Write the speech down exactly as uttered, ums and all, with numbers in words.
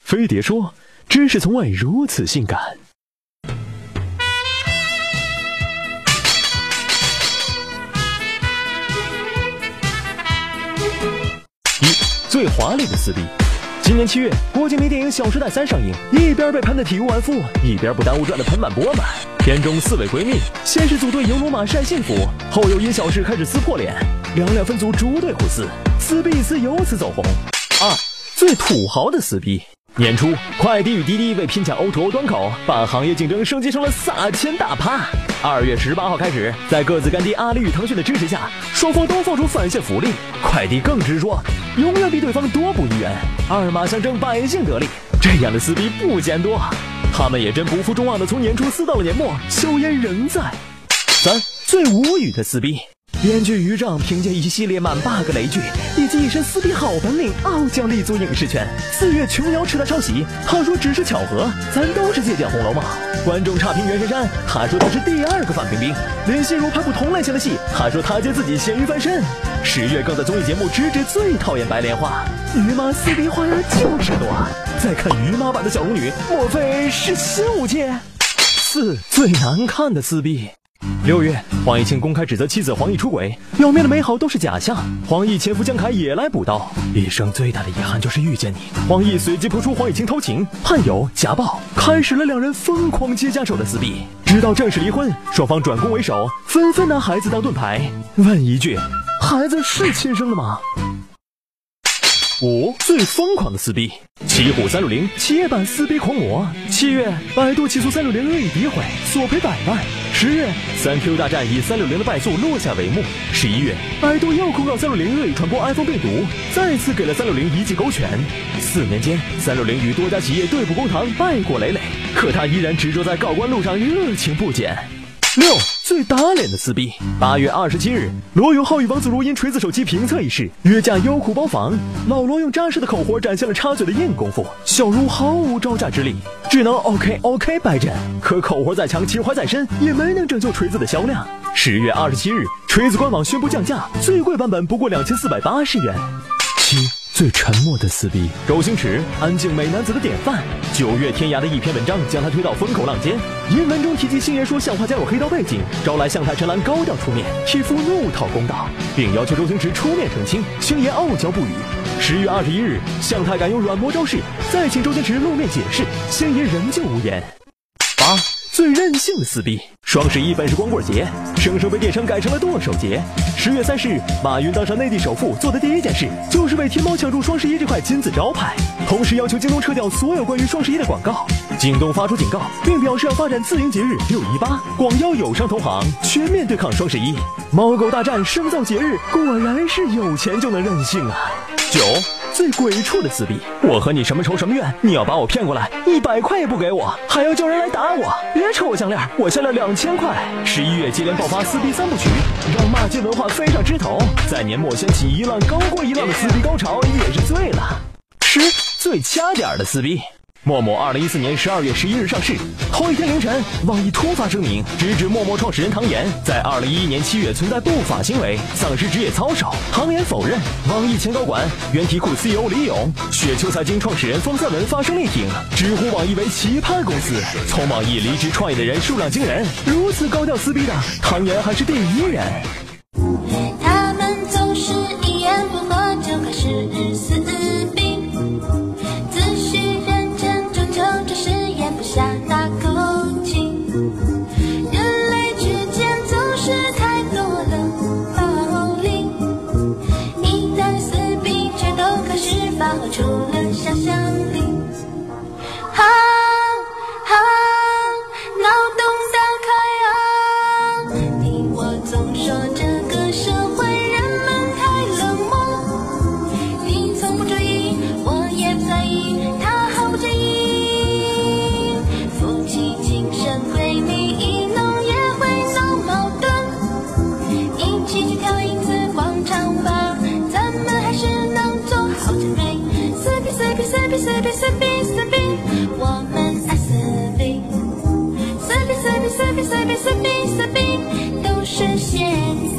飞碟说，知识从未如此性感。一最华丽的撕逼。今年七月，郭敬明电影《小时代三》上映，一边被喷得体无完肤，一边不耽误赚得盆满钵满。片中四位闺蜜，先是组队游罗马晒幸福，后又因小事开始撕破脸，两两分组逐队互撕，撕逼一撕由此走红。二最土豪的撕逼。年初，快滴与滴滴为拼抢 O to O 端口，把行业竞争升级成了撒钱大趴。二月十八号开始，在各自干爹阿里与腾讯的支持下，双方都放出返现福利。快滴更直说，永远比对方多补一元，二马相争，百姓得利。这样的撕逼不嫌多，他们也真不负众望的从年初撕到了年末，硝烟仍在。三最无语的撕逼。编剧于正凭借一系列满 bug 雷剧以及一身撕逼好本领，傲将立足影视圈。四月琼瑶斥他抄袭，他说只是巧合，咱都是借鉴《红楼梦》。观众差评袁姗姗，他说他是第二个范冰冰。林心如拍部同类型的戏，他说他接自己咸鱼翻身。十月更在综艺节目直指最讨厌白莲花，于妈撕逼花样就是多。再看于妈版的小龙女，莫非是新武界？四最难看的撕逼。六月，黄毅清公开指责妻子黄奕出轨，表面的美好都是假象。黄奕前夫江凯也来补刀，一生最大的遗憾就是遇见你。黄奕随即扑出黄毅清偷情、叛友、家暴，开始了两人疯狂接家手的撕逼。直到正式离婚，双方转攻为守，纷纷拿孩子当盾牌。问一句，孩子是亲生的吗？五最疯狂的撕逼。奇虎三六零企业版撕逼狂魔。七月，百度起诉三六零恶意诋毁，索赔百万。十月，三 Q 大战以三六零的败诉落下帷幕。十一月，百度又控告三六零恶意传播 iPhone 病毒，再次给了三六零一记勾拳。四年间，三六零与多家企业对簿公堂，败果累累，可他依然执着在告官路上，热情不减。六最打脸的撕逼。八月二十七日，罗永浩与王自如因锤子手机评测一事约架优酷包房，老罗用扎实的口活展现了插嘴的硬功夫，小茹毫无招架之力，只能 OK OK 摆阵。可口活再强，情怀再深，也没能拯救锤子的销量。十月二十七日，锤子官网宣布降价，最贵版本不过两千四百八十元。七最沉默的撕逼。周星驰，安静美男子的典范。九月天涯的一篇文章将他推到风口浪尖，因文中提及星爷说向华家有黑道背景，招来向太陈岚高调出面替父怒讨公道，并要求周星驰出面澄清，星爷傲娇不语。十月二十一日，向太敢用软磨招式，再请周星驰露面解释，星爷仍旧无言。八最任性的撕逼。双十一本是光棍节，生生被电商改成了剁手节。十月三十日，马云当上内地首富，做的第一件事就是为天猫抢注双十一这块金字招牌，同时要求京东撤掉所有关于双十一的广告。京东发出警告，并表示要发展自营节日六一八，广邀友商同行，全面对抗双十一。猫狗大战生造节日，果然是有钱就能任性啊！九最鬼畜的撕逼。我和你什么仇什么怨？你要把我骗过来，一百块也不给我，还要叫人来打我！别扯我项链，我项链两千块。十一月接连爆发撕逼三部曲，让骂街文化飞上枝头，在年末掀起一浪高过一浪的撕逼高潮，也是醉了。十最掐点的撕逼。陌陌二零一四年十二月十一日上市，头一天凌晨，网易突发声明，直指陌陌创始人唐岩在二零一一年七月存在不法行为，丧失职业操守。唐岩否认。网易前高管原题库 C E O 李勇、雪球财经创始人封三文发生力挺，直呼网易为奇葩公司。从网易离职创业的人数量惊人，如此高调撕逼的唐岩还是第一人。 他们总是一言不合就开始撕逼，不想大口气，人类之间总是太多了暴力，一旦撕逼却都开始发挥出了想象力。好好脑洞打开啊，你我总说这个社会人们太冷漠，你从不注意，我也不在意，他毫不介意，闺蜜一弄也会闹矛盾，一起去跳影子广场吧，咱们还是能做好姐妹。撕逼撕逼撕逼撕逼撕逼撕逼，我们爱撕逼，撕逼撕逼撕逼撕逼撕逼撕逼，都是现在。